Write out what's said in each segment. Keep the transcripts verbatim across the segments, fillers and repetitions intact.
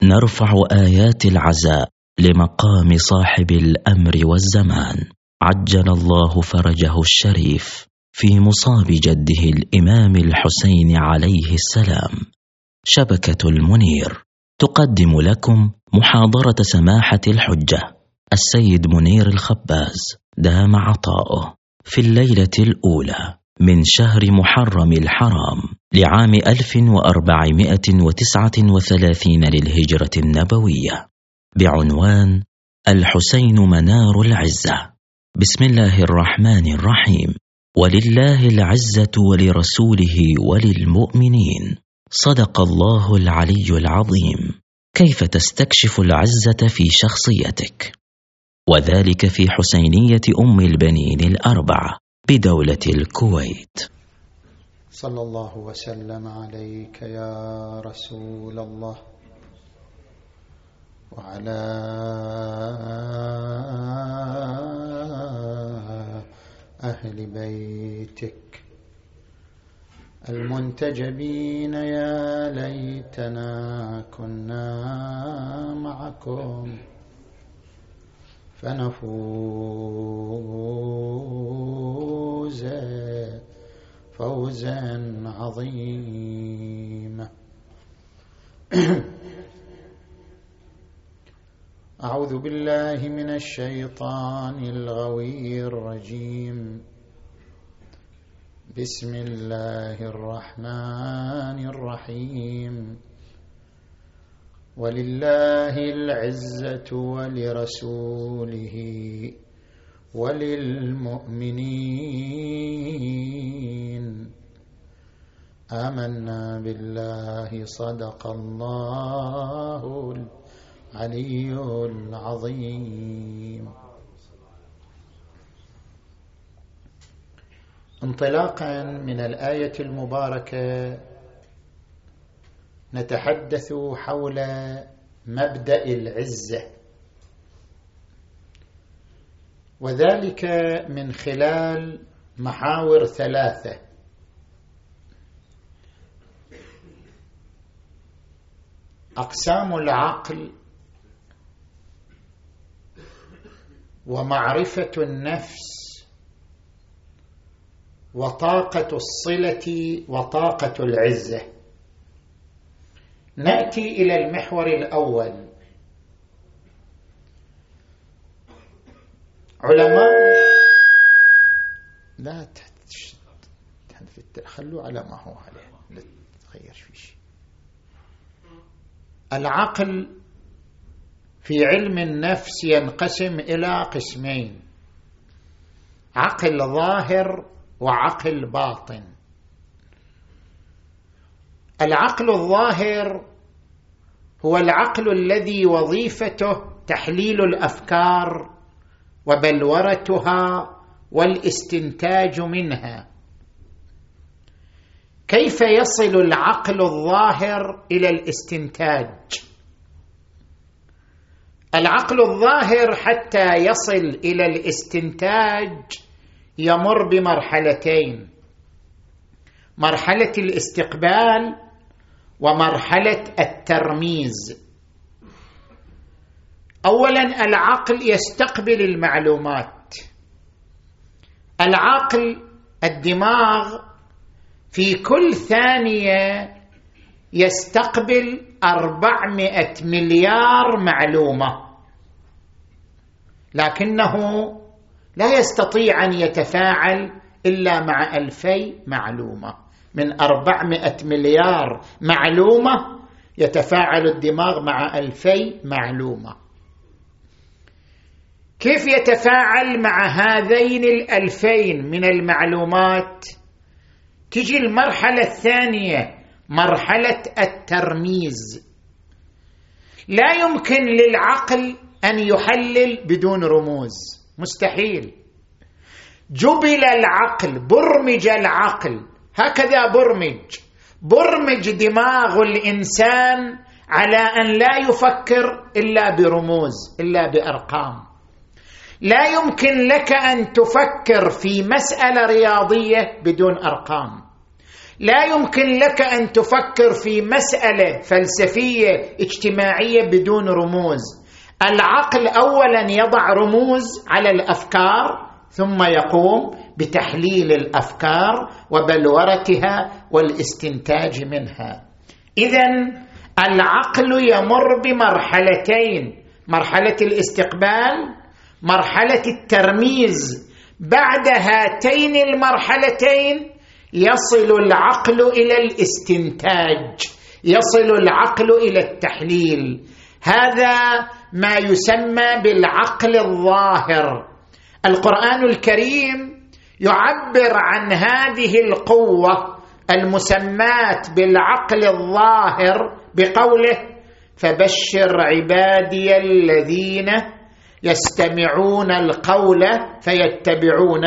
نرفع آيات العزاء لمقام صاحب الأمر والزمان عجل الله فرجه الشريف في مصاب جده الإمام الحسين عليه السلام. شبكة المنير تقدم لكم محاضرة سماحة الحجة السيد منير الخباز دام عطاؤه في الليلة الأولى من شهر محرم الحرام لعام ألف وأربعمائة وتسعة وثلاثين للهجرة النبوية بعنوان الحسين منار العزة. بسم الله الرحمن الرحيم. ولله العزة ولرسوله وللمؤمنين. صدق الله العلي العظيم. كيف تستكشف العزة في شخصيتك؟ وذلك في حسينية أم البنين الأربعة بدولة الكويت. صلى الله وسلم عليك يا رسول الله وعلى أهل بيتك المنتجبين. يا ليتنا كنا معكم فنفوز فوزا عظيما. أعوذ بالله من الشيطان الغوي الرجيم. بسم الله الرحمن الرحيم. ولله العزة ولرسوله وللمؤمنين. آمنا بالله صدق الله العلي العظيم. انطلاقا من الآية المباركة نتحدث حول مبدأ العزة، وذلك من خلال محاور ثلاثة. أقسام العقل ومعرفة النفس وطاقة الصلة وطاقة العزة. نأتي إلى المحور الأول. علماء لا خلوا على ما هو عليه، لا تغير في شيء. العقل في علم النفس ينقسم إلى قسمين: عقل ظاهر وعقل باطن. العقل الظاهر هو العقل الذي وظيفته تحليل الأفكار وبلورتها والاستنتاج منها. كيف يصل العقل الظاهر إلى الاستنتاج؟ العقل الظاهر حتى يصل إلى الاستنتاج يمر بمرحلتين: مرحلة الاستقبال ومرحلة الترميز. أولا العقل يستقبل المعلومات. العقل الدماغ في كل ثانية يستقبل أربعمائة مليار معلومة، لكنه لا يستطيع أن يتفاعل إلا مع ألفي معلومة. من أربعمائة مليار معلومة يتفاعل الدماغ مع ألفي معلومة. كيف يتفاعل مع هذين الألفين من المعلومات؟ تجي المرحلة الثانية، مرحلة الترميز. لا يمكن للعقل أن يحلل بدون رموز، مستحيل. جبل العقل، برمج العقل، هكذا برمج برمج دماغ الإنسان على أن لا يفكر إلا برموز، إلا بأرقام. لا يمكن لك أن تفكر في مسألة رياضية بدون أرقام. لا يمكن لك أن تفكر في مسألة فلسفية اجتماعية بدون رموز. العقل أولا يضع رموز على الأفكار، ثم يقوم بتحليل الأفكار وبلورتها والاستنتاج منها. إذن العقل يمر بمرحلتين: مرحلة الاستقبال، مرحلة الترميز. بعد هاتين المرحلتين يصل العقل إلى الاستنتاج، يصل العقل إلى التحليل. هذا ما يسمى بالعقل الظاهر. القرآن الكريم يعبر عن هذه القوة المسمات بالعقل الظاهر بقوله: فبشر عبادي الذين يستمعون القول فيتبعون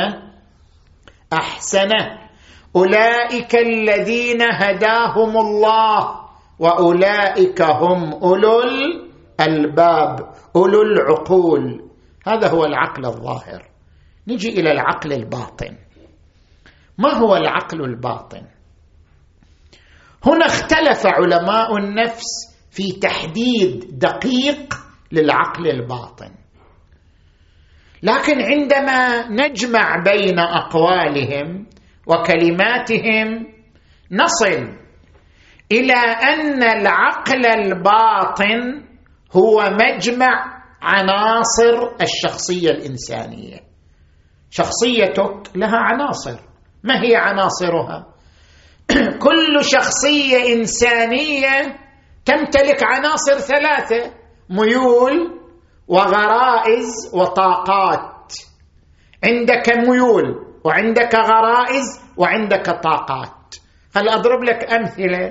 أحسنه أولئك الذين هداهم الله وأولئك هم أولو الألباب، أولو العقول. هذا هو العقل الظاهر. نجي إلى العقل الباطن. ما هو العقل الباطن؟ هنا اختلف علماء النفس في تحديد دقيق للعقل الباطن، لكن عندما نجمع بين أقوالهم وكلماتهم نصل إلى أن العقل الباطن هو مجمع عناصر الشخصية الإنسانية. شخصيتك لها عناصر. ما هي عناصرها؟ كل شخصية إنسانية تمتلك عناصر ثلاثة: ميول وغرائز وطاقات. عندك ميول وعندك غرائز وعندك طاقات. هل أضرب لك أمثلة؟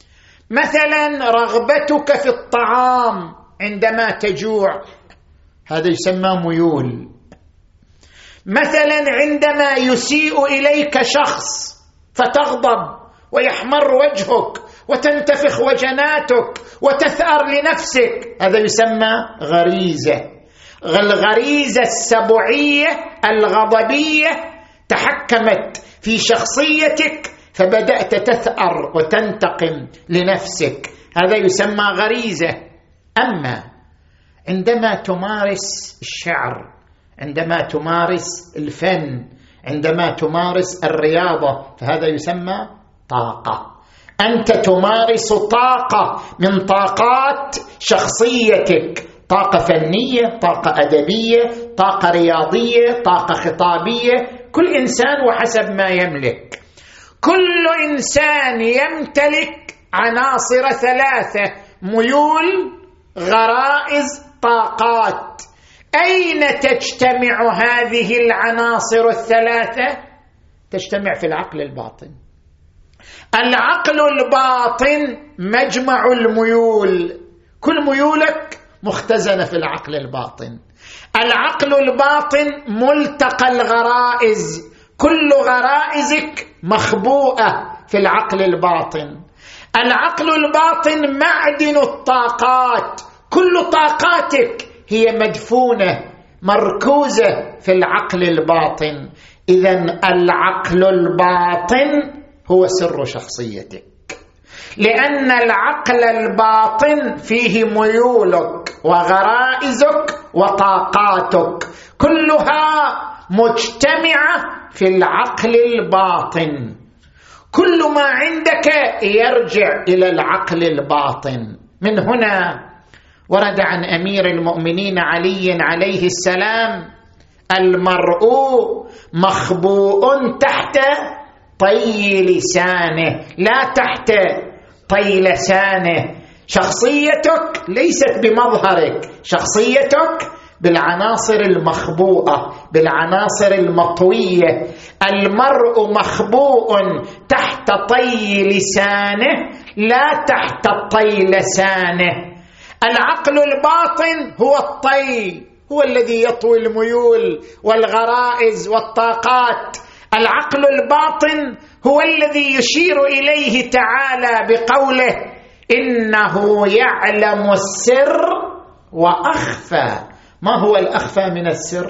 مثلا رغبتك في الطعام عندما تجوع، هذا يسمى ميول. مثلا عندما يسيء إليك شخص فتغضب ويحمر وجهك وتنتفخ وجناتك وتثأر لنفسك، هذا يسمى غريزة. الغريزة السبعية الغضبية تحكمت في شخصيتك فبدأت تثأر وتنتقم لنفسك، هذا يسمى غريزة. أما عندما تمارس الشعر، عندما تمارس الفن، عندما تمارس الرياضة، فهذا يسمى طاقة. أنت تمارس طاقة من طاقات شخصيتك، طاقة فنية، طاقة أدبية، طاقة رياضية، طاقة خطابية. كل إنسان وحسب ما يملك. كل إنسان يمتلك عناصر ثلاثة: ميول، غرائز، طاقات. أين تجتمع هذه العناصر الثلاثة؟ تجتمع في العقل الباطن. العقل الباطن مجمع الميول، كل ميولك مختزنة في العقل الباطن. العقل الباطن ملتقى الغرائز، كل غرائزك مخبوءة في العقل الباطن. العقل الباطن معدن الطاقات، كل طاقاتك هي مدفونة مركوزة في العقل الباطن. إذن العقل الباطن هو سر شخصيتك، لأن العقل الباطن فيه ميولك وغرائزك وطاقاتك، كلها مجتمعة في العقل الباطن. كل ما عندك يرجع إلى العقل الباطن. من هنا ورد عن أمير المؤمنين علي عليه السلام: المرء مخبوء تحت طي لسانه، لا تحت طي لسانه. شخصيتك ليست بمظهرك، شخصيتك بالعناصر المخبوءة، بالعناصر المطوية. المرء مخبوء تحت طي لسانه لا تحت طي لسانه. العقل الباطن هو الطي، هو الذي يطوي الميول والغرائز والطاقات. العقل الباطن هو الذي يشير إليه تعالى بقوله: إنه يعلم السر وأخفى. ما هو الأخفى من السر؟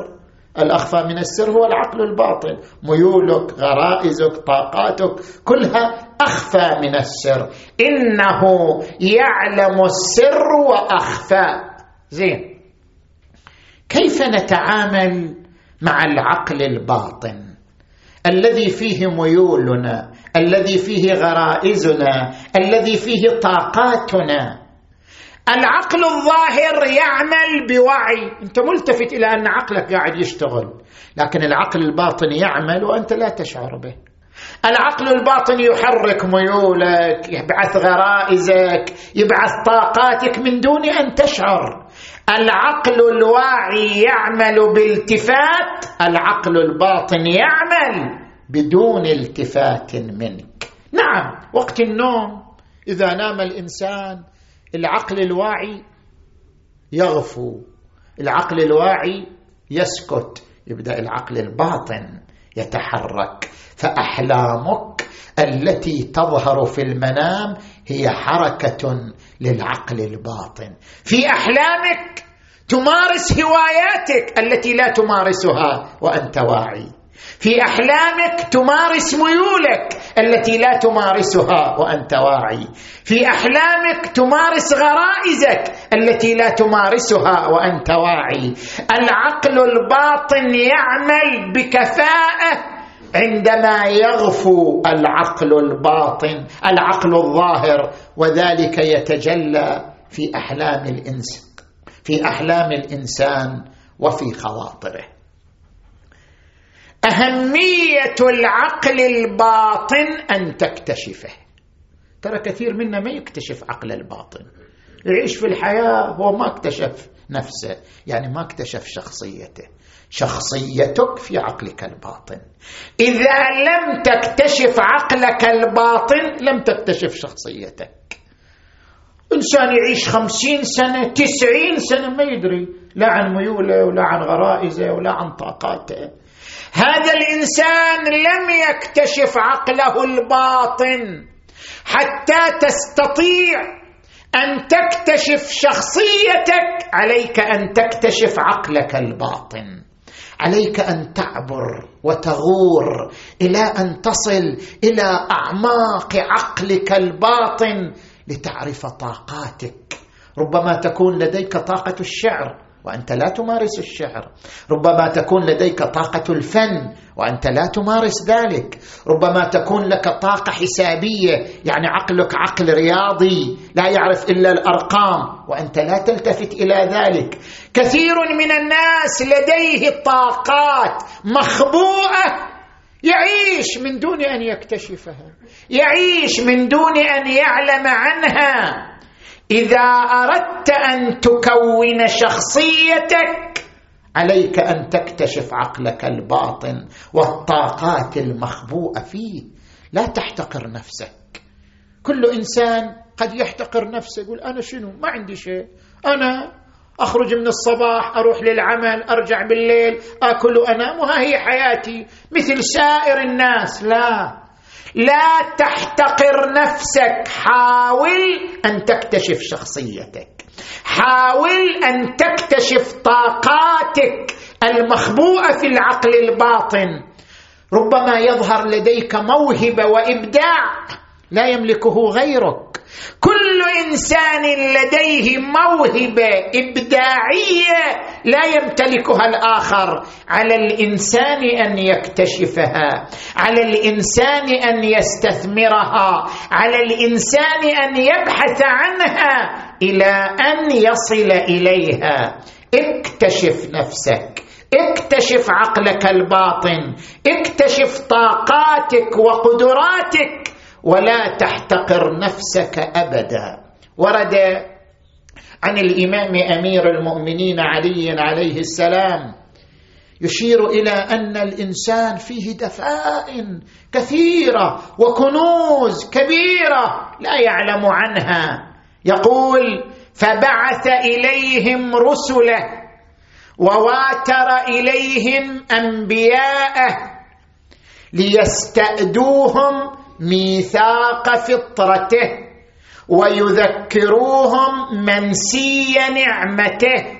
الأخفى من السر هو العقل الباطن، ميولك، غرائزك، طاقاتك كلها أخفى من السر، إنه يعلم السر وأخفى. زين، كيف نتعامل مع العقل الباطن الذي فيه ميولنا، الذي فيه غرائزنا، الذي فيه طاقاتنا؟ العقل الظاهر يعمل بوعي، أنت ملتفت إلى أن عقلك قاعد يشتغل، لكن العقل الباطن يعمل وأنت لا تشعر به. العقل الباطن يحرك ميولك، يبعث غرائزك، يبعث طاقاتك من دون أن تشعر. العقل الواعي يعمل بالتفات، العقل الباطن يعمل بدون التفات منك. نعم، وقت النوم إذا نام الإنسان العقل الواعي يغفو، العقل الواعي يسكت، يبدأ العقل الباطن يتحرك. فأحلامك التي تظهر في المنام هي حركة للعقل الباطن. في أحلامك تمارس هواياتك التي لا تمارسها وأنت واعي، في أحلامك تمارس ميولك التي لا تمارسها وأنت واعي، في أحلامك تمارس غرائزك التي لا تمارسها وأنت واعي. العقل الباطن يعمل بكفاءة عندما يغفو العقل الباطن العقل الظاهر، وذلك يتجلى في أحلام الإنسان في أحلام الإنسان وفي خواطره. أهمية العقل الباطن أن تكتشفه. ترى كثير منا ما يكتشف عقل الباطن، يعيش في الحياة هو ما اكتشف نفسه، يعني ما اكتشف شخصيته. شخصيتك في عقلك الباطن. إذا لم تكتشف عقلك الباطن لم تكتشف شخصيتك. إنسان يعيش خمسين سنة تسعين سنة ما يدري لا عن ميوله ولا عن غرائزه ولا عن طاقاته. هذا الإنسان لم يكتشف عقله الباطن. حتى تستطيع أن تكتشف شخصيتك عليك أن تكتشف عقلك الباطن. عليك أن تعبر وتغور إلى أن تصل إلى أعماق عقلك الباطن لتعرف طاقاتك. ربما تكون لديك طاقة الشعر وأنت لا تمارس الشعر، ربما تكون لديك طاقة الفن وأنت لا تمارس ذلك، ربما تكون لك طاقة حسابية، يعني عقلك عقل رياضي لا يعرف إلا الأرقام وأنت لا تلتفت إلى ذلك. كثير من الناس لديه طاقات مخبوءة يعيش من دون أن يكتشفها، يعيش من دون أن يعلم عنها. إذا أردت أن تكون شخصيتك عليك أن تكتشف عقلك الباطن والطاقات المخبوءة فيه. لا تحتقر نفسك. كل إنسان قد يحتقر نفسه، يقول أنا شنو، ما عندي شيء، أنا أخرج من الصباح أروح للعمل أرجع بالليل أكل وأنام وها هي حياتي مثل سائر الناس. لا، لا تحتقر نفسك. حاول أن تكتشف شخصيتك، حاول أن تكتشف طاقاتك المخبوءة في العقل الباطن. ربما يظهر لديك موهبة وإبداع لا يملكه غيرك. كل إنسان لديه موهبة إبداعية لا يمتلكها الآخر. على الإنسان أن يكتشفها، على الإنسان أن يستثمرها، على الإنسان أن يبحث عنها إلى أن يصل إليها. اكتشف نفسك، اكتشف عقلك الباطن، اكتشف طاقاتك وقدراتك، ولا تحتقر نفسك أبدا. ورد عن الإمام أمير المؤمنين علي عليه السلام يشير إلى أن الإنسان فيه دفائن كثيرة وكنوز كبيرة لا يعلم عنها. يقول: فبعث إليهم رسله وواتر إليهم أنبياءه ليستأدوهم ميثاق فطرته ويذكروهم منسي نعمته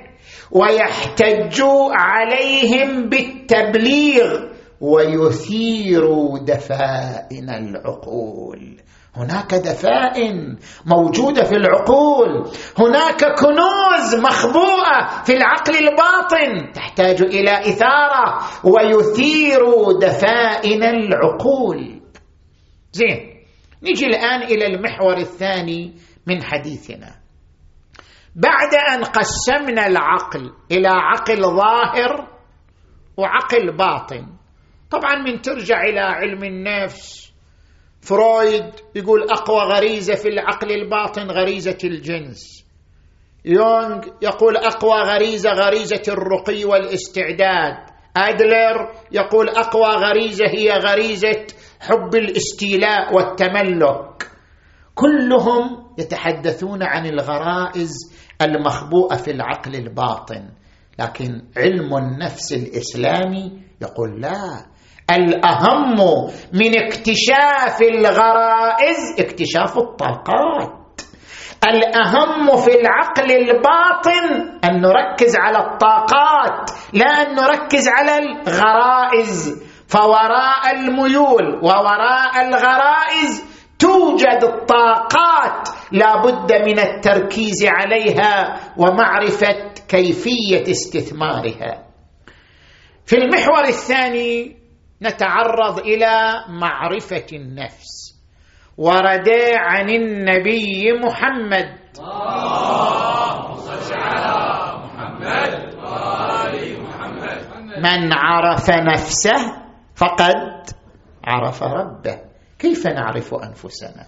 ويحتج عليهم بالتبليغ ويثير دفائن العقول. هناك دفائن موجودة في العقول، هناك كنوز مخبوءة في العقل الباطن تحتاج إلى إثارة، ويثير دفائن العقول. زين، نجي الآن إلى المحور الثاني من حديثنا. بعد أن قسمنا العقل إلى عقل ظاهر وعقل باطن، طبعا من ترجع إلى علم النفس، فرويد يقول أقوى غريزة في العقل الباطن غريزة الجنس، يونغ يقول أقوى غريزة غريزة الرقي والاستعداد، أدلر يقول أقوى غريزة هي غريزة حب الاستيلاء والتملك. كلهم يتحدثون عن الغرائز المخبوءة في العقل الباطن، لكن علم النفس الإسلامي يقول لا، الأهم من اكتشاف الغرائز اكتشاف الطاقات. الأهم في العقل الباطن أن نركز على الطاقات لا أن نركز على الغرائز، فوراء الميول ووراء الغرائز توجد الطاقات لا بد من التركيز عليها ومعرفة كيفية استثمارها. في المحور الثاني نتعرض إلى معرفة النفس. ورد عن النبي محمد اللهم صل على محمد وآل محمد من عرف نفسه فقد عرف ربه. كيف نعرف أنفسنا؟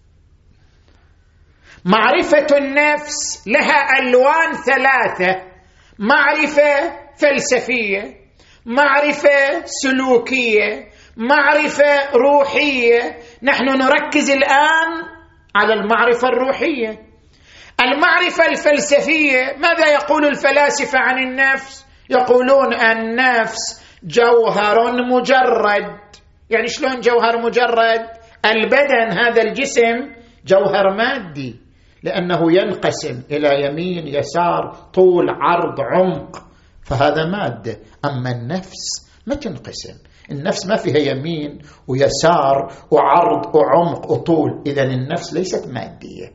معرفة النفس لها ألوان ثلاثة: معرفة فلسفية، معرفة سلوكية، معرفة روحية. نحن نركز الآن على المعرفة الروحية. المعرفة الفلسفية، ماذا يقول الفلاسفة عن النفس؟ يقولون النفس جوهر مجرد. يعني شلون جوهر مجرد؟ البدن هذا الجسم جوهر مادي، لأنه ينقسم إلى يمين يسار طول عرض عمق، فهذا مادة. أما النفس ما تنقسم، النفس ما فيها يمين ويسار وعرض وعمق وطول، إذن النفس ليست مادية.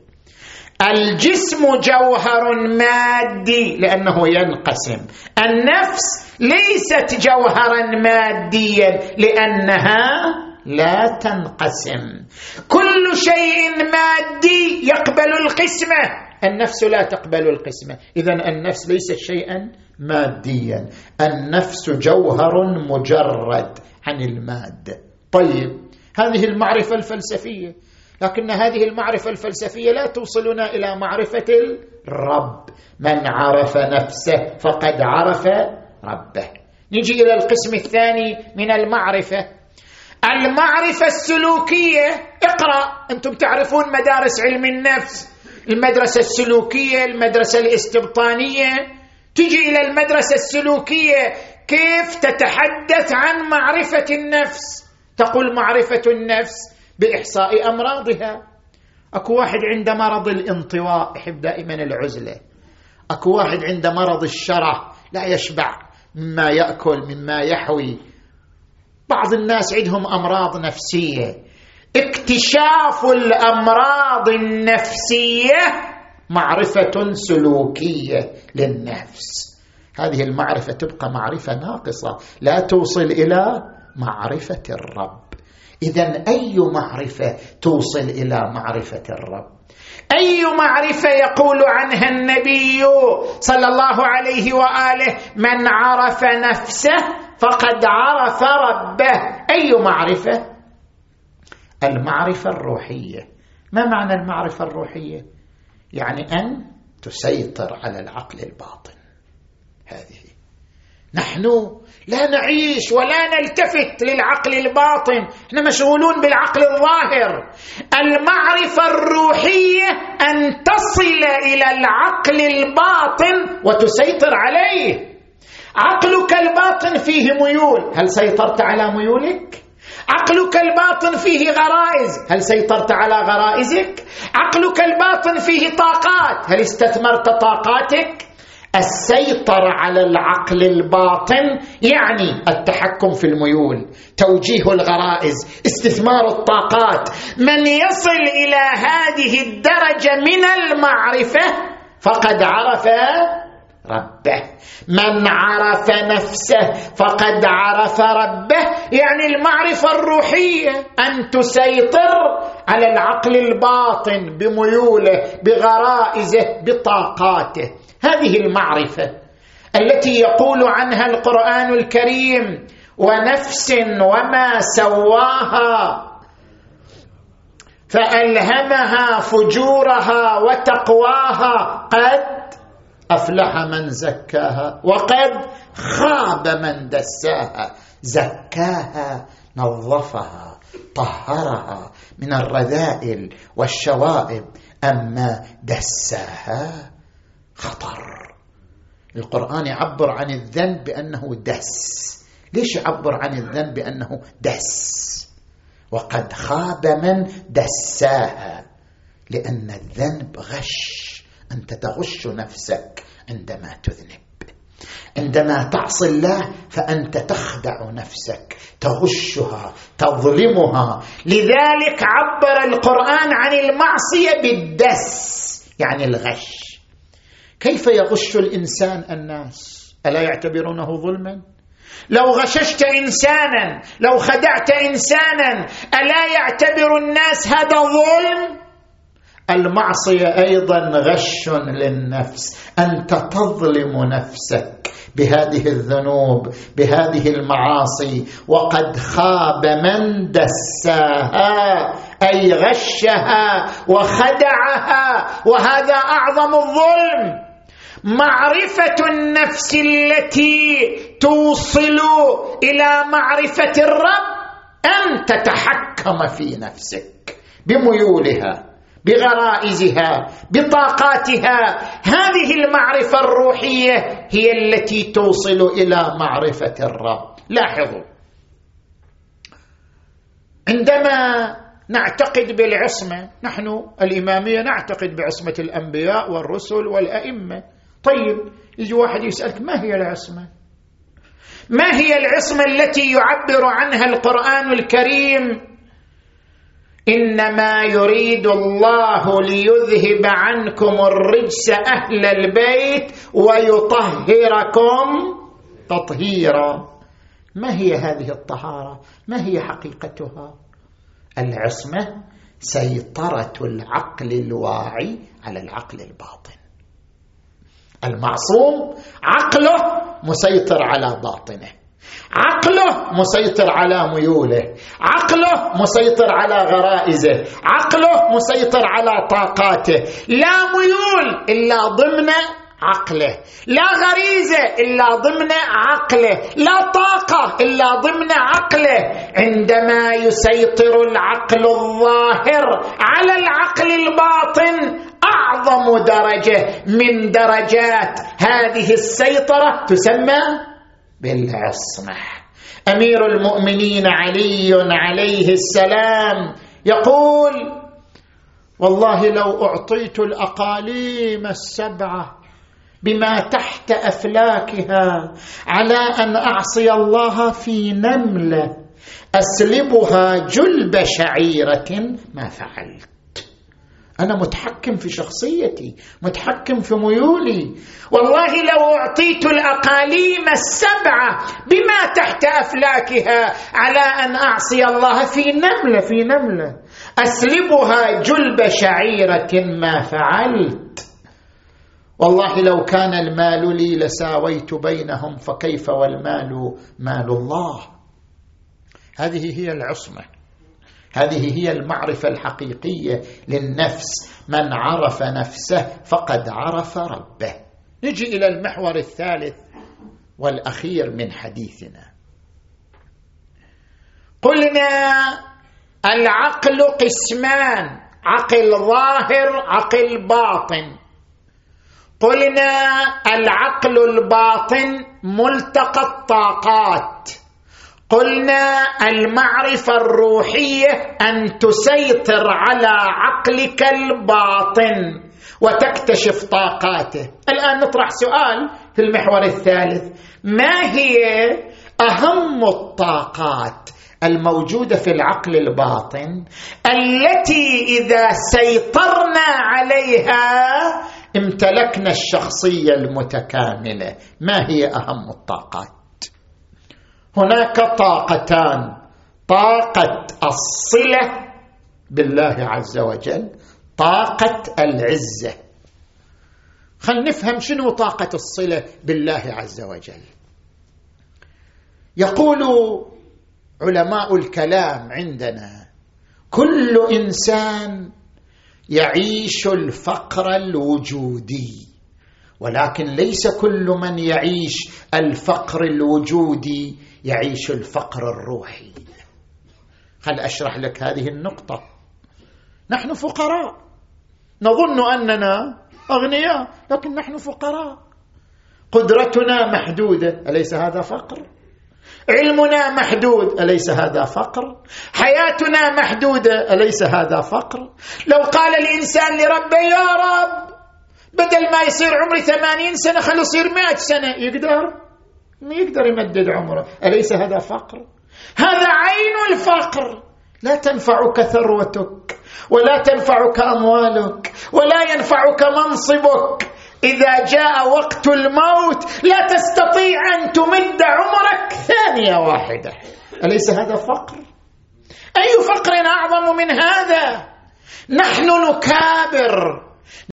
الجسم جوهر مادي لأنه ينقسم، النفس ليست جوهرا ماديا لأنها لا تنقسم. كل شيء مادي يقبل القسمة، النفس لا تقبل القسمة، إذن النفس ليست شيئا ماديا، النفس جوهر مجرد عن المادة. طيب، هذه المعرفة الفلسفية، لكن هذه المعرفة الفلسفية لا توصلنا إلى معرفة الرب. من عرف نفسه فقد عرف ربه. نجي إلى القسم الثاني من المعرفة، المعرفة السلوكية. اقرأ، أنتم تعرفون مدارس علم النفس، المدرسة السلوكية، المدرسة الاستبطانية. تجي إلى المدرسة السلوكية كيف تتحدث عن معرفة النفس؟ تقول معرفة النفس بإحصاء أمراضها. أكو واحد عنده مرض الانطواء، يحب دائما العزلة. أكو واحد عنده مرض الشره، لا يشبع مما يأكل مما يحوي. بعض الناس عندهم أمراض نفسية. اكتشاف الأمراض النفسية معرفة سلوكية للنفس. هذه المعرفة تبقى معرفة ناقصة، لا توصل إلى معرفة الرب. إذن أي معرفة توصل إلى معرفة الرب؟ أي معرفة يقول عنها النبي صلى الله عليه وآله من عرف نفسه فقد عرف ربه؟ أي معرفة؟ المعرفة الروحية. ما معنى المعرفة الروحية؟ يعني أن تسيطر على العقل الباطن. هذه نحن لا نعيش ولا نلتفت للعقل الباطن، احنا مشغولون بالعقل الظاهر. المعرفة الروحية أن تصل إلى العقل الباطن وتسيطر عليه. عقلك الباطن فيه ميول، هل سيطرت على ميولك؟ عقلك الباطن فيه غرائز، هل سيطرت على غرائزك؟ عقلك الباطن فيه طاقات، هل استثمرت طاقاتك؟ السيطرة على العقل الباطن يعني التحكم في الميول، توجيه الغرائز، استثمار الطاقات. من يصل إلى هذه الدرجة من المعرفة فقد عرف ربه. من عرف نفسه فقد عرف ربه، يعني المعرفة الروحية أن تسيطر على العقل الباطن بميوله، بغرائزه، بطاقاته. هذه المعرفة التي يقول عنها القرآن الكريم: ونفس وما سواها فألهمها فجورها وتقواها قد أفلح من زكاها وقد خاب من دساها. زكاها نظفها طهرها من الرذائل والشوائب، أما دساها خطر. القرآن يعبر عن الذنب بأنه دس. ليش يعبر عن الذنب بأنه دس؟ وقد خاب من دساها، لأن الذنب غش. أنت تغش نفسك عندما تذنب، عندما تعصي الله فأنت تخدع نفسك، تغشها، تظلمها. لذلك عبر القرآن عن المعصية بالدس، يعني الغش. كيف يغش الإنسان الناس؟ ألا يعتبرونه ظلما؟ لو غششت إنسانا، لو خدعت إنسانا، ألا يعتبر الناس هذا ظلم؟ المعصية أيضا غش للنفس. أنت تظلم نفسك بهذه الذنوب، بهذه المعاصي. وقد خاب من دساها، أي غشها وخدعها، وهذا أعظم الظلم. معرفة النفس التي توصل إلى معرفة الرب أن تتحكم في نفسك بميولها، بغرائزها، بطاقاتها. هذه المعرفة الروحية هي التي توصل إلى معرفة الرب. لاحظوا، عندما نعتقد بالعصمة، نحن الإمامية نعتقد بعصمة الأنبياء والرسل والأئمة. طيب، يجي واحد يسألك: ما هي العصمة؟ ما هي العصمة التي يعبر عنها القرآن الكريم؟ إنما يريد الله ليذهب عنكم الرجس أهل البيت ويطهركم تطهيرا. ما هي هذه الطهارة؟ ما هي حقيقتها؟ العصمة سيطرة العقل الواعي على العقل الباطن. المعصوم عقله مسيطر على باطنه، عقله مسيطر على ميوله، عقله مسيطر على غرائزه، عقله مسيطر على طاقاته. لا ميول إلا ضمن عقله، لا غريزة إلا ضمن عقله، لا طاقة إلا ضمن عقله. عندما يسيطر العقل الظاهر على العقل الباطن، أعظم درجة من درجات هذه السيطرة تسمى بالعصمة. أمير المؤمنين علي عليه السلام يقول: والله لو أعطيت الأقاليم السبعة بما تحت أفلاكها على أن أعصي الله في نملة أسلبها جلب شعيرة ما فعلت. أنا متحكم في شخصيتي، متحكم في ميولي. والله لو أعطيت الأقاليم السبعة بما تحت أفلاكها على أن أعصي الله في نملة في نملة أسلبها جلب شعيرة ما فعلت. والله لو كان المال لي لساويت بينهم، فكيف والمال مال الله. هذه هي العصمة، هذه هي المعرفة الحقيقية للنفس. من عرف نفسه فقد عرف ربه. نجي إلى المحور الثالث والأخير من حديثنا. قلنا العقل قسمان: عقل ظاهر، عقل باطن. قلنا العقل الباطن ملتقى الطاقات. قلنا المعرفة الروحية أن تسيطر على عقلك الباطن. وتكتشف طاقاته. الآن نطرح سؤال في المحور الثالث: ما هي أهم الطاقات الموجودة في العقل الباطن التي إذا سيطرنا عليها امتلكنا الشخصية المتكاملة؟ ما هي أهم الطاقات؟ هناك طاقتان: طاقة الصلة بالله عز وجل، طاقة العزة. خلينا نفهم شنو طاقة الصلة بالله عز وجل. يقول علماء الكلام عندنا: كل إنسان يعيش الفقر الوجودي، ولكن ليس كل من يعيش الفقر الوجودي يعيش الفقر الروحي. خل أشرح لك هذه النقطة. نحن فقراء، نظن أننا أغنياء، لكن نحن فقراء. قدرتنا محدودة، أليس هذا فقر؟ علمنا محدود، أليس هذا فقر؟ حياتنا محدودة، أليس هذا فقر؟ لو قال الإنسان لربه: يا رب بدل ما يصير عمري ثمانين سنة خلي يصير مئة سنة، يقدر؟ ما يقدر يمدد عمره، أليس هذا فقر؟ هذا عين الفقر. لا تنفعك ثروتك، ولا تنفعك أموالك، ولا ينفعك منصبك. إذا جاء وقت الموت لا تستطيع أن تمد عمرك ثانية واحدة، أليس هذا فقر؟ أي فقر أعظم من هذا؟ نحن نكابر،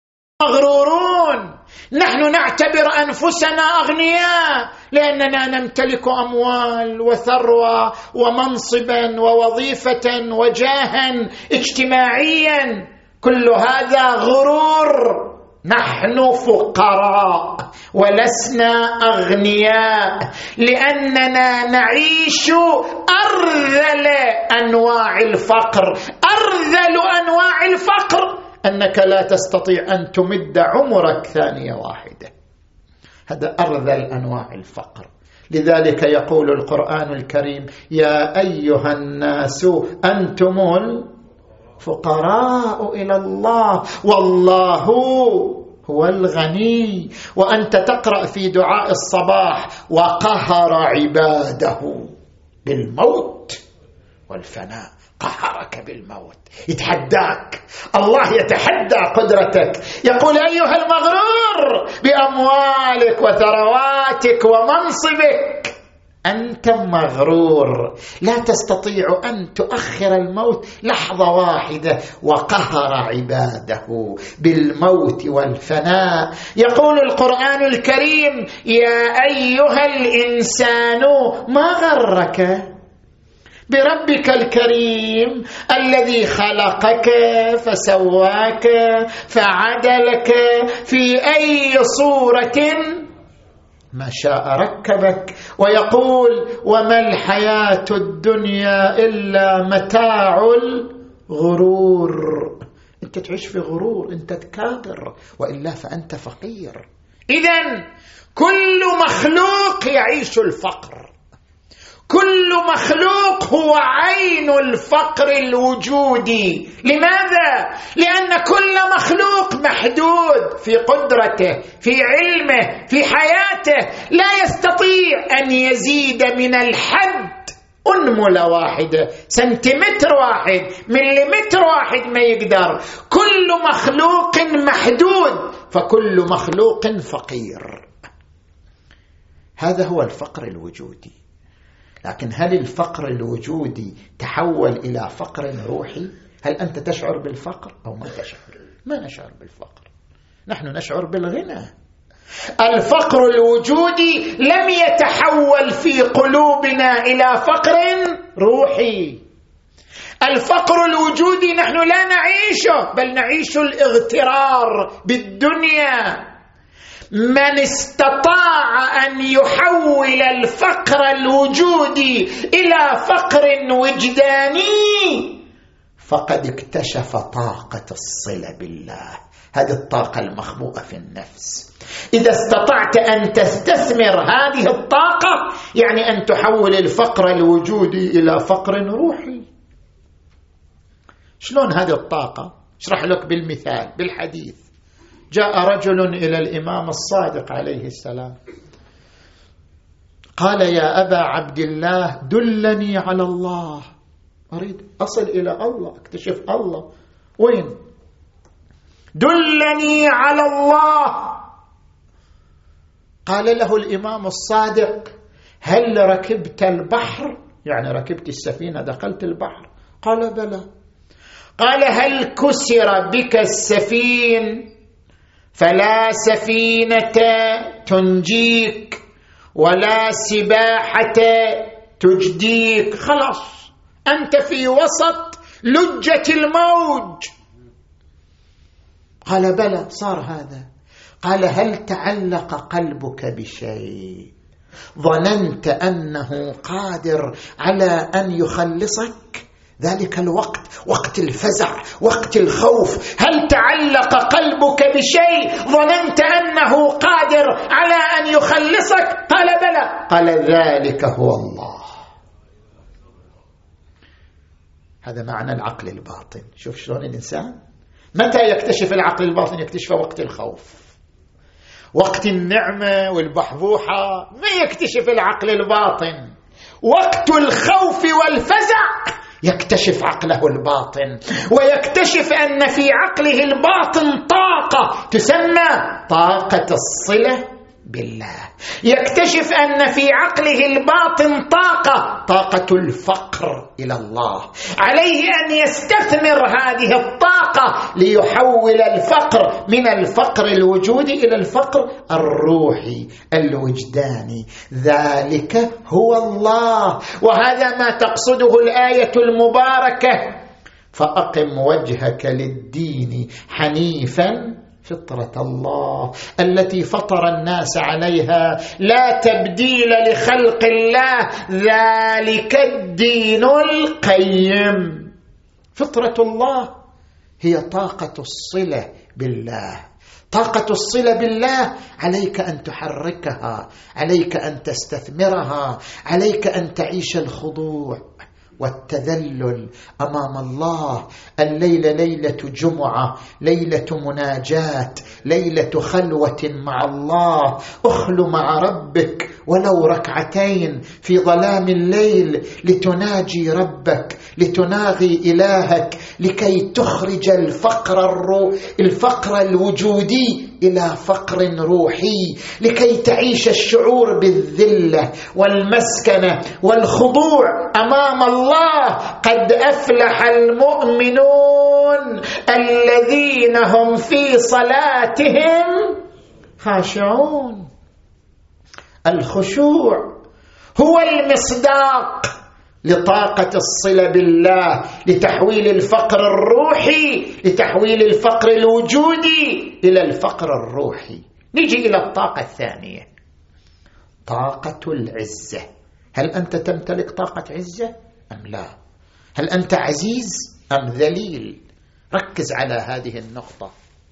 مغرورون، نحن نعتبر أنفسنا أغنياء لأننا نمتلك أموال وثروة ومنصبا ووظيفة وجاها اجتماعيا. كل هذا غرور. نحن فقراء ولسنا أغنياء لأننا نعيش أرذل أنواع الفقر. أرذل أنواع الفقر أنك لا تستطيع أن تمد عمرك ثانية واحدة. هذا أرذل أنواع الفقر. لذلك يقول القرآن الكريم: يا أيها الناس أنتم الفقراء إلى الله والله هو الغني. وأنت تقرأ في دعاء الصباح: وقهر عباده بالموت والفناء. قهرك بالموت، يتحداك، الله يتحدى قدرتك، يقول: أيها المغرور بأموالك وثرواتك ومنصبك، أنت مغرور، لا تستطيع أن تؤخر الموت لحظة واحدة. وقهر عباده بالموت والفناء. يقول القرآن الكريم: يا أيها الإنسان ما غرك بربك الكريم الذي خلقك فسواك فعدلك في أي صورة ما شاء ركبك. ويقول: وما الحياة الدنيا إلا متاع الغرور. أنت تعيش في غرور، أنت تكابر، وإلا فأنت فقير. إذن كل مخلوق يعيش الفقر، كل مخلوق هو عين الفقر الوجودي. لماذا؟ لأن كل مخلوق محدود في قدرته، في علمه، في حياته، لا يستطيع أن يزيد من الحد أنملة واحدة، سنتيمتر واحد، مليمتر واحد ما يقدر. كل مخلوق محدود، فكل مخلوق فقير. هذا هو الفقر الوجودي. لكن هل الفقر الوجودي تحول إلى فقر روحي؟ هل أنت تشعر بالفقر أو ما تشعر؟ ما نشعر بالفقر، نحن نشعر بالغنى. الفقر الوجودي لم يتحول في قلوبنا إلى فقر روحي. الفقر الوجودي نحن لا نعيشه، بل نعيش الاغترار بالدنيا. من استطاع أن يحول الفقر الوجودي إلى فقر وجداني فقد اكتشف طاقة الصلة بالله، هذه الطاقة المخبوءة في النفس. إذا استطعت أن تستثمر هذه الطاقة يعني أن تحول الفقر الوجودي إلى فقر روحي. شلون هذه الطاقة؟ اشرح لك بالمثال، بالحديث. جاء رجل إلى الإمام الصادق عليه السلام قال يا أبا عبد الله دلني على الله، أريد أصل إلى الله، اكتشف الله وين، دلني على الله. قال له الإمام الصادق هل ركبت البحر؟ يعني ركبت السفينة دخلت البحر؟ قال بلى. قال هل كسر بك السفين فلا سفينة تنجيك ولا سباحة تجديك؟ خلاص أنت في وسط لجة الموج. قال بلى صار هذا. قال هل تعلق قلبك بشيء ظننت أنه قادر على أن يخلصك؟ ذلك الوقت وقت الفزع وقت الخوف، هل تعلق قلبك بشيء ظننت أنه قادر على أن يخلصك؟ قال بلى. قال ذلك هو الله. هذا معنى العقل الباطن. شوف شلون الإنسان متى يكتشف العقل الباطن؟ يكتشفه وقت الخوف، وقت النعمة والبحبوحة ما يكتشف العقل الباطن. وقت الخوف والفزع يكتشف عقله الباطن، ويكتشف أن في عقله الباطن طاقة تسمى طاقة الصلة بالله. يكتشف أن في عقله الباطن طاقة طاقة الفقر إلى الله. عليه أن يستثمر هذه الطاقة ليحول الفقر من الفقر الوجودي إلى الفقر الروحي الوجداني. ذلك هو الله. وهذا ما تقصده الآية المباركة فأقم وجهك للدين حنيفا فطرة الله التي فطر الناس عليها لا تبديل لخلق الله ذلك الدين القيم. فطرة الله هي طاقة الصلة بالله. طاقة الصلة بالله عليك أن تحركها، عليك أن تستثمرها، عليك أن تعيش الخضوع والتذلل أمام الله. الليلة ليلة جمعة، ليلة مناجاة، ليلة خلوة مع الله. اخلو مع ربك ولو ركعتين في ظلام الليل لتناجي ربك، لتناغي إلهك، لكي تخرج الفقر الرو... الفقر الوجودي إلى فقر روحي، لكي تعيش الشعور بالذلة والمسكنة والخضوع أمام الله. قد أفلح المؤمنون الذين هم في صلاتهم خاشعون. الخشوع هو المصداق لطاقة الصلة بالله، لتحويل الفقر الروحي، لتحويل الفقر الوجودي إلى الفقر الروحي. نجي إلى الطاقة الثانية، طاقة العزة. هل أنت تمتلك طاقة عزة أم لا؟ هل أنت عزيز أم ذليل؟ ركز على هذه النقطة.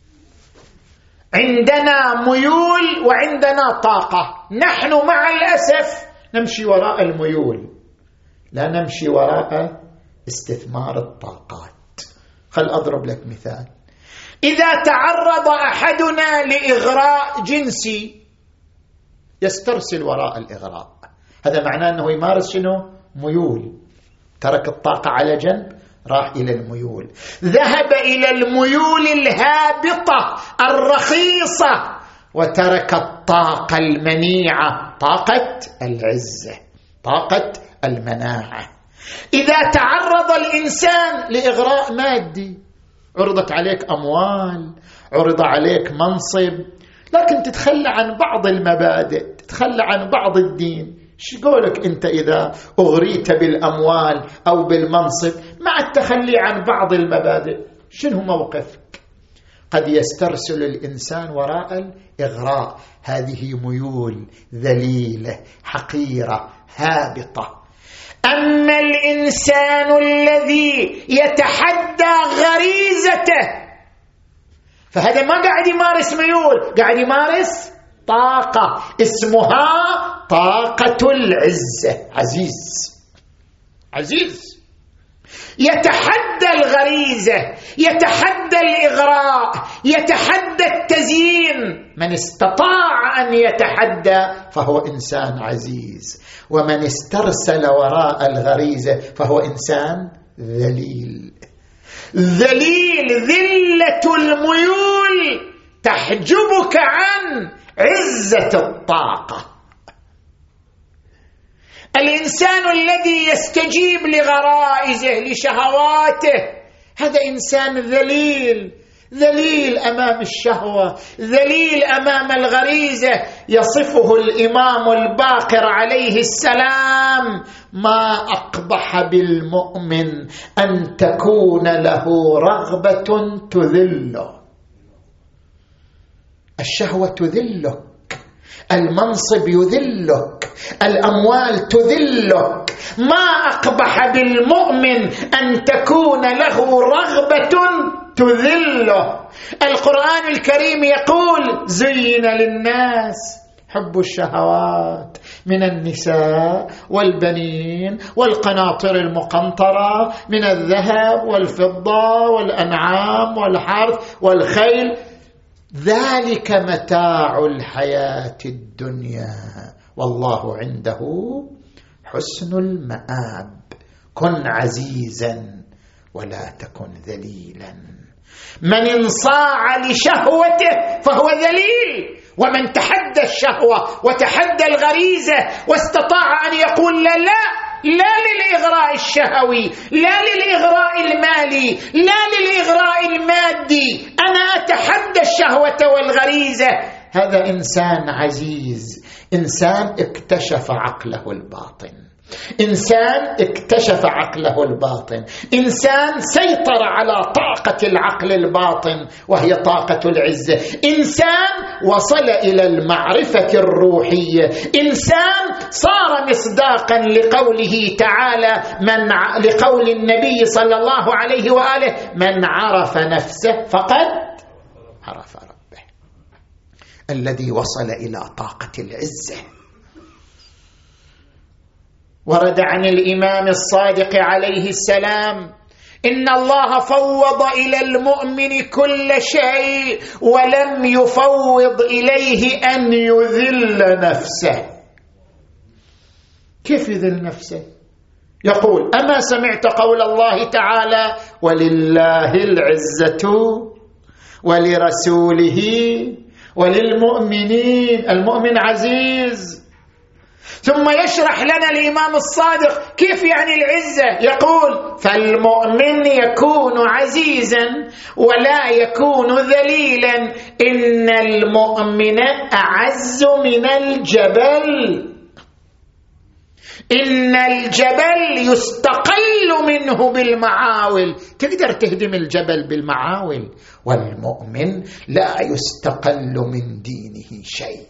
عندنا ميول وعندنا طاقة. نحن مع الأسف نمشي وراء الميول، لا نمشي وراء استثمار الطاقات. خل أضرب لك مثال. إذا تعرض أحدنا لإغراء جنسي يسترسل وراء الإغراء، هذا معناه أنه يمارس شنو؟ ميول. ترك الطاقة على جنب، راح إلى الميول، ذهب إلى الميول الهابطة الرخيصة، وترك الطاقة المنيعة، طاقة العزة، طاقة المناعة. إذا تعرض الإنسان لإغراء مادي، عرضت عليك أموال، عرض عليك منصب، لكن تتخلى عن بعض المبادئ، تتخلى عن بعض الدين، شو قولك أنت إذا أغريت بالأموال أو بالمنصب مع التخلي عن بعض المبادئ؟ شنو موقفك؟ قد يسترسل الإنسان وراء الإغراء. هذه ميول ذليلة حقيرة هابطة. أما الإنسان الذي يتحدى غريزته فهذا ما قاعد يمارس ميول، قاعد يمارس طاقة اسمها طاقة العزة. عزيز، عزيز، يتحدى الغريزة، يتحدى يتحدى الإغراء، يتحدى التزيين. من استطاع أن يتحدى فهو إنسان عزيز، ومن استرسل وراء الغريزة فهو إنسان ذليل. ذليل، ذلة الميول تحجبك عن عزة الطاقة. الإنسان الذي يستجيب لغرائزه لشهواته هذا إنسان ذليل، ذليل أمام الشهوة، ذليل أمام الغريزة. يصفه الإمام الباقر عليه السلام: ما أقبح بالمؤمن أن تكون له رغبة تذله. الشهوة تذلك، المنصب يذلك، الأموال تذلك. ما أقبح بالمؤمن أن تكون له رغبة تذله. القرآن الكريم يقول: زين للناس حب الشهوات من النساء والبنين والقناطر المقنطرة من الذهب والفضة والأنعام والحرث والخيل، ذلك متاع الحياة الدنيا والله عنده حسن المآب. كن عزيزا ولا تكن ذليلا. من انصاع لشهوته فهو ذليل، ومن تحدى الشهوة وتحدى الغريزة واستطاع أن يقول لا لا لا للإغراء الشهوي، لا للإغراء المالي، لا للإغراء المادي، أنا أتحدى الشهوة والغريزة، هذا إنسان عزيز، إنسان اكتشف عقله الباطن، إنسان اكتشف عقله الباطن، إنسان سيطر على طاقة العقل الباطن وهي طاقة العزة، إنسان وصل إلى المعرفة الروحية، إنسان صار مصداقا لقوله تعالى من ع... لقول النبي صلى الله عليه وآله: من عرف نفسه فقد عرف ربه. الذي وصل إلى طاقة العزة. ورد عن الإمام الصادق عليه السلام: إن الله فوض إلى المؤمن كل شيء ولم يفوض إليه أن يذل نفسه. كيف يذل نفسه؟ يقول: أما سمعت قول الله تعالى: ولله العزة ولرسوله وللمؤمنين. المؤمن عزيز. ثم يشرح لنا الإمام الصادق كيف يعني العزة، يقول: فالمؤمن يكون عزيزا ولا يكون ذليلا، إن المؤمن أعز من الجبل، إن الجبل يستقل منه بالمعاول. تقدر تهدم الجبل بالمعاول، والمؤمن لا يستقل من دينه شيء.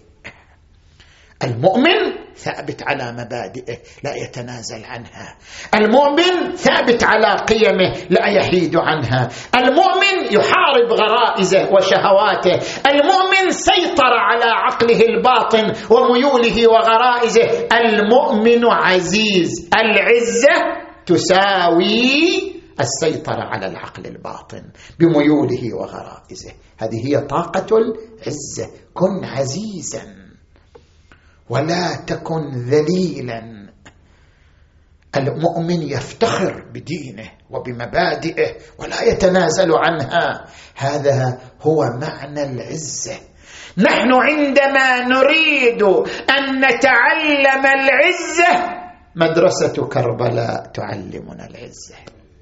المؤمن ثابت على مبادئه لا يتنازل عنها، المؤمن ثابت على قيمه لا يحيد عنها، المؤمن يحارب غرائزه وشهواته، المؤمن سيطر على عقله الباطن وميوله وغرائزه، المؤمن عزيز. العزة تساوي السيطرة على العقل الباطن بميوله وغرائزه. هذه هي طاقة العزة. كن عزيزا ولا تكن ذليلا. المؤمن يفتخر بدينه وبمبادئه ولا يتنازل عنها، هذا هو معنى العزة. نحن عندما نريد أن نتعلم العزة، مدرسة كربلاء تعلمنا العزة.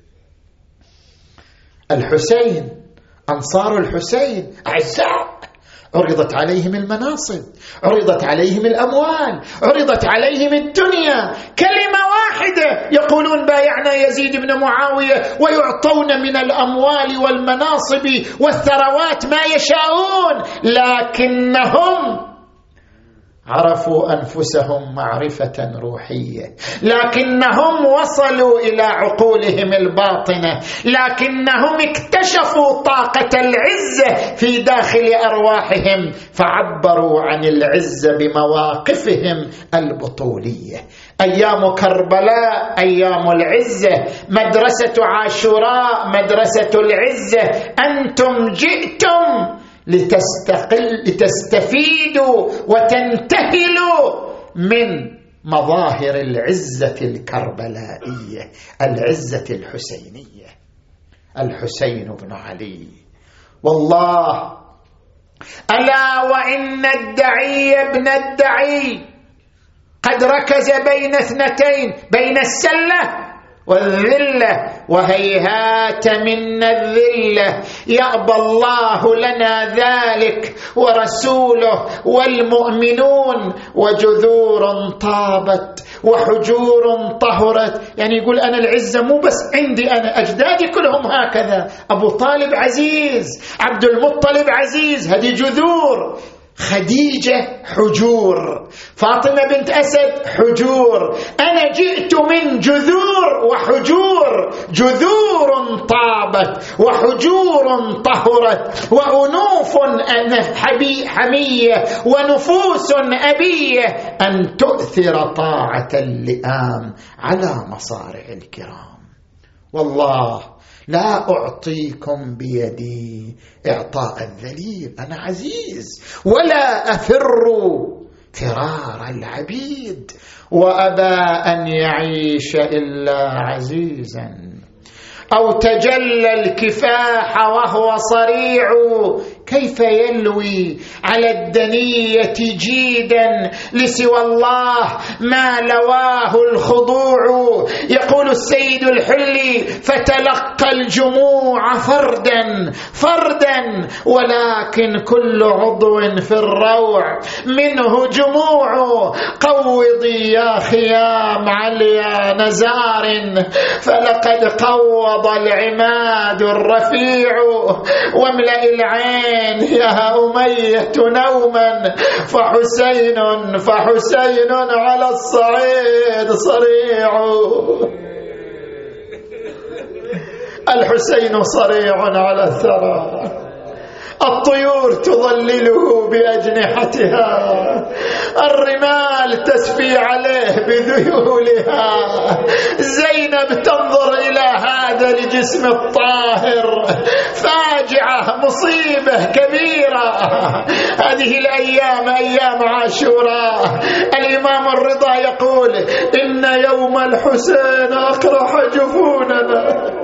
الحسين، أنصار الحسين أعزاء، عرضت عليهم المناصب، عرضت عليهم الأموال، عرضت عليهم الدنيا، كلمة واحدة يقولون بايعنا يزيد بن معاوية، ويعطون من الأموال والمناصب والثروات ما يشاءون، لكنهم عرفوا أنفسهم معرفة روحية، لكنهم وصلوا إلى عقولهم الباطنة، لكنهم اكتشفوا طاقة العزة في داخل أرواحهم، فعبروا عن العزة بمواقفهم البطولية. أيام كربلاء أيام العزة، مدرسة عاشوراء مدرسة العزة. أنتم جئتم لتستقل لتستفيدوا وتنتهلوا من مظاهر العزة الكربلائية، العزة الحسينية. الحسين بن علي، والله ألا وإن الدعي ابن الدعي قد ركز بين اثنتين، بين السلة والذلة، وهيهات منا الذلة، يأبى الله لنا ذلك ورسوله والمؤمنون. وجذور طابت وحجور طهرت، يعني يقول أنا العزة مو بس عندي أنا، أجدادي كلهم هكذا، أبو طالب عزيز، عبد المطلب عزيز، هذه جذور. خديجة حجور، فاطمة بنت أسد حجور، أنا جئت من جذور وحجور، جذور طابت وحجور طهرت وأنوف حمية ونفوس أبية أن تؤثر طاعة اللئام على مصارع الكرام. والله لا أعطيكم بيدي إعطاء الذليل، أنا عزيز ولا أفر فرار العبيد، وأبى أن يعيش إلا عزيزا. أو تجلى الكفاح وهو صريع، كيف يلوي على الدنية جيدا لسوى الله ما لواه الخضوع. يقول السيد الحلي فتلقى الجموع فردا فردا، ولكن كل عضو في الروع منه جموع. قوضي يا خيام عليا نزار، فلقد قوض العماد الرفيع. واملأ العين يا أمية نوما، فحسين فحسين على الصعيد صريع. الحسين صريع على الثرى، الطيور تظلله بأجنحتها، الرمال تسفي عليه بذيولها. زينب تنظر إلى هذا الجسم الطاهر، فاجعة مصيبة كبيرة. هذه الأيام أيام عاشوراء. الإمام الرضا يقول إن يوم الحسين أقرح جفوننا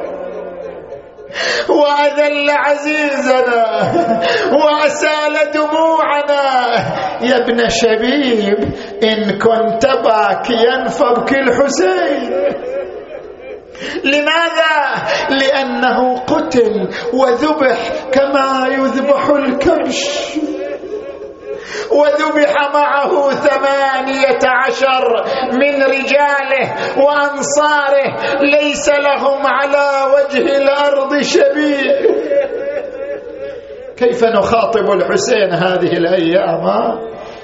وأذل عزيزنا وأسال دموعنا. يا ابن شبيب إن كنت باكيا فابكي الحسين. لماذا؟ لأنه قتل وذبح كما يذبح الكبش، وذبح معه ثمانية عشر من رجاله وأنصاره، ليس لهم على وجه الأرض شبيه. كيف نخاطب الحسين هذه الأيام؟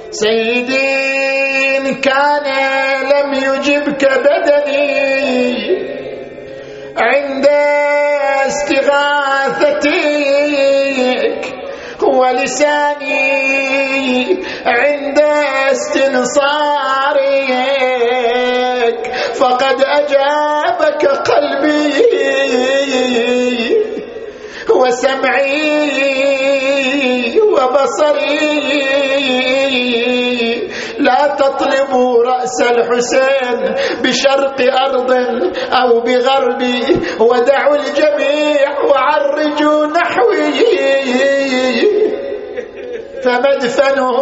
سيدي إن كان لم يجبك بدني عند استغاثتك، ولساني عند استنصارك، فقد أجابك قلبي وسمعي وبصري. لا تطلبوا رأس الحسين بشرق أرض أو بغرب، ودعوا الجميع وعرجوا نحوي، فمدفنه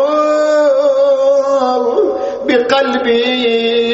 بقلبي.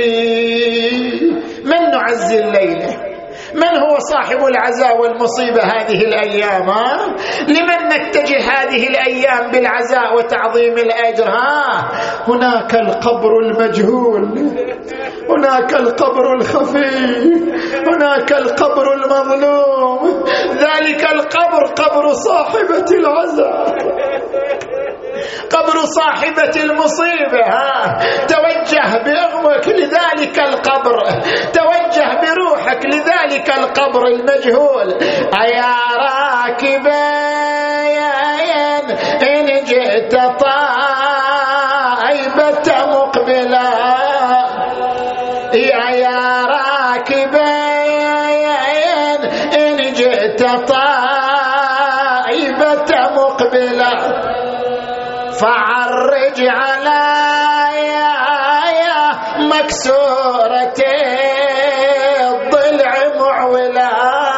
من نعزي الليلة؟ من هو صاحب العزاء والمصيبة هذه الأيام؟ لمن نتجه هذه الأيام بالعزاء وتعظيم الأجر؟ ها هناك القبر المجهول، هناك القبر الخفي، هناك القبر المظلوم. ذلك القبر قبر صاحبة العزاء، قبر صاحبة المصيبة. ها توجه بأغمك لذلك القبر، توجه بروحك لذلك القبر المجهول. أيا راكبين إن جئت طائبة مقبلا، يا يا راكبين إن جئت طائبة مقبلا، فعرج على مكسورة الضلع معولا،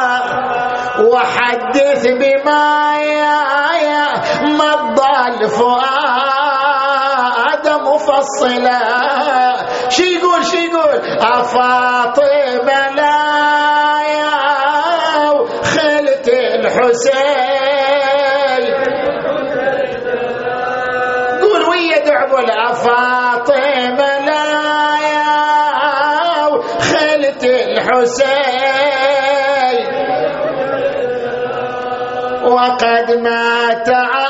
وحدث بما مضى الفؤاد مفصلا. شي يقول شي يقول أفاطمة لا يا خلت الحسين، قول ويا دعبل أفاطمة لا يا خلت الحسين، وقد مات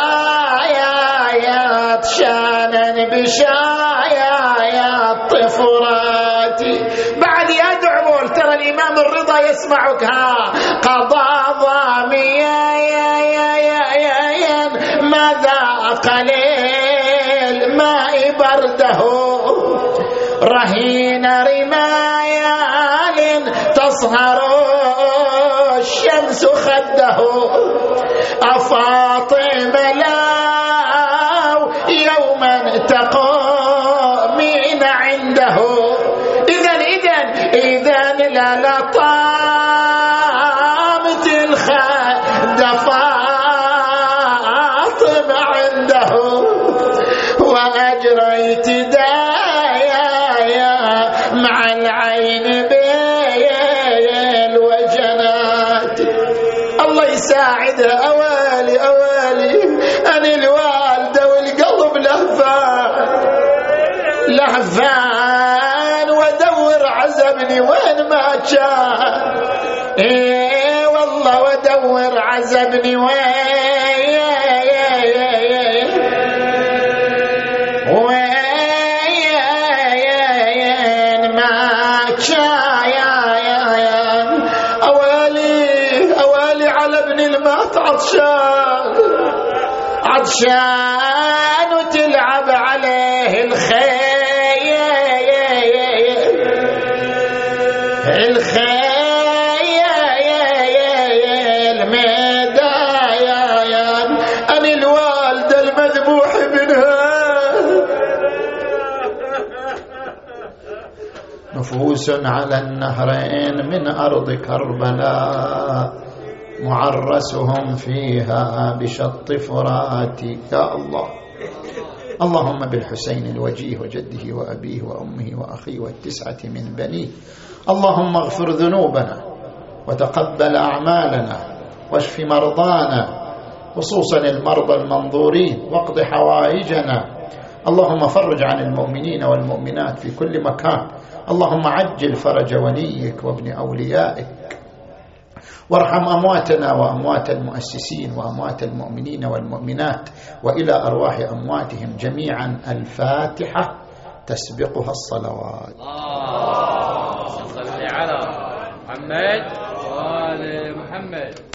عايات شانا بشايات طفراتي. بعد يا دعبول ترى الإمام الرضا يسمعك. ها قضى ضاميا يا يا يا يا ماذا قليل ماء برده، رهين رمايال تصهر الشمس خده، أفاطمة لا يوما تقومين عنده. إذن إذن إذن لا لطامت الخد فاطمة عنده، وأجريت دايا مع العين بين وجنات. الله يساعدها. أوالي أوالي أنا الوالدة والقلب لهفان لهفان، ودور عزبني وين ما كان. إيه والله ودور عزبني وين وين ما كان. أوالي أوالي على ابن المات عطشان عطشان وتلعب عليه الخيل الخيل مدايان. أنا الوالدة المذبوح ابنها، نفوس على النهرين من أرض كربلاء، معرسهم فيها بشط فرات. يا الله اللهم بالحسين الوجيه وجده وأبيه وأمه وأخيه والتسعة من بنيه، اللهم اغفر ذنوبنا وتقبل أعمالنا واشف مرضانا، خصوصا المرضى المنظورين، واقض حوائجنا. اللهم فرج عن المؤمنين والمؤمنات في كل مكان. اللهم عجل فرج وليك وابن أوليائك، وارحم أمواتنا وأموات المؤسسين وأموات المؤمنين والمؤمنات، وإلى أرواح أمواتهم جميعا الفاتحة تسبقها الصلوات. اللهم صل على محمد وآل محمد.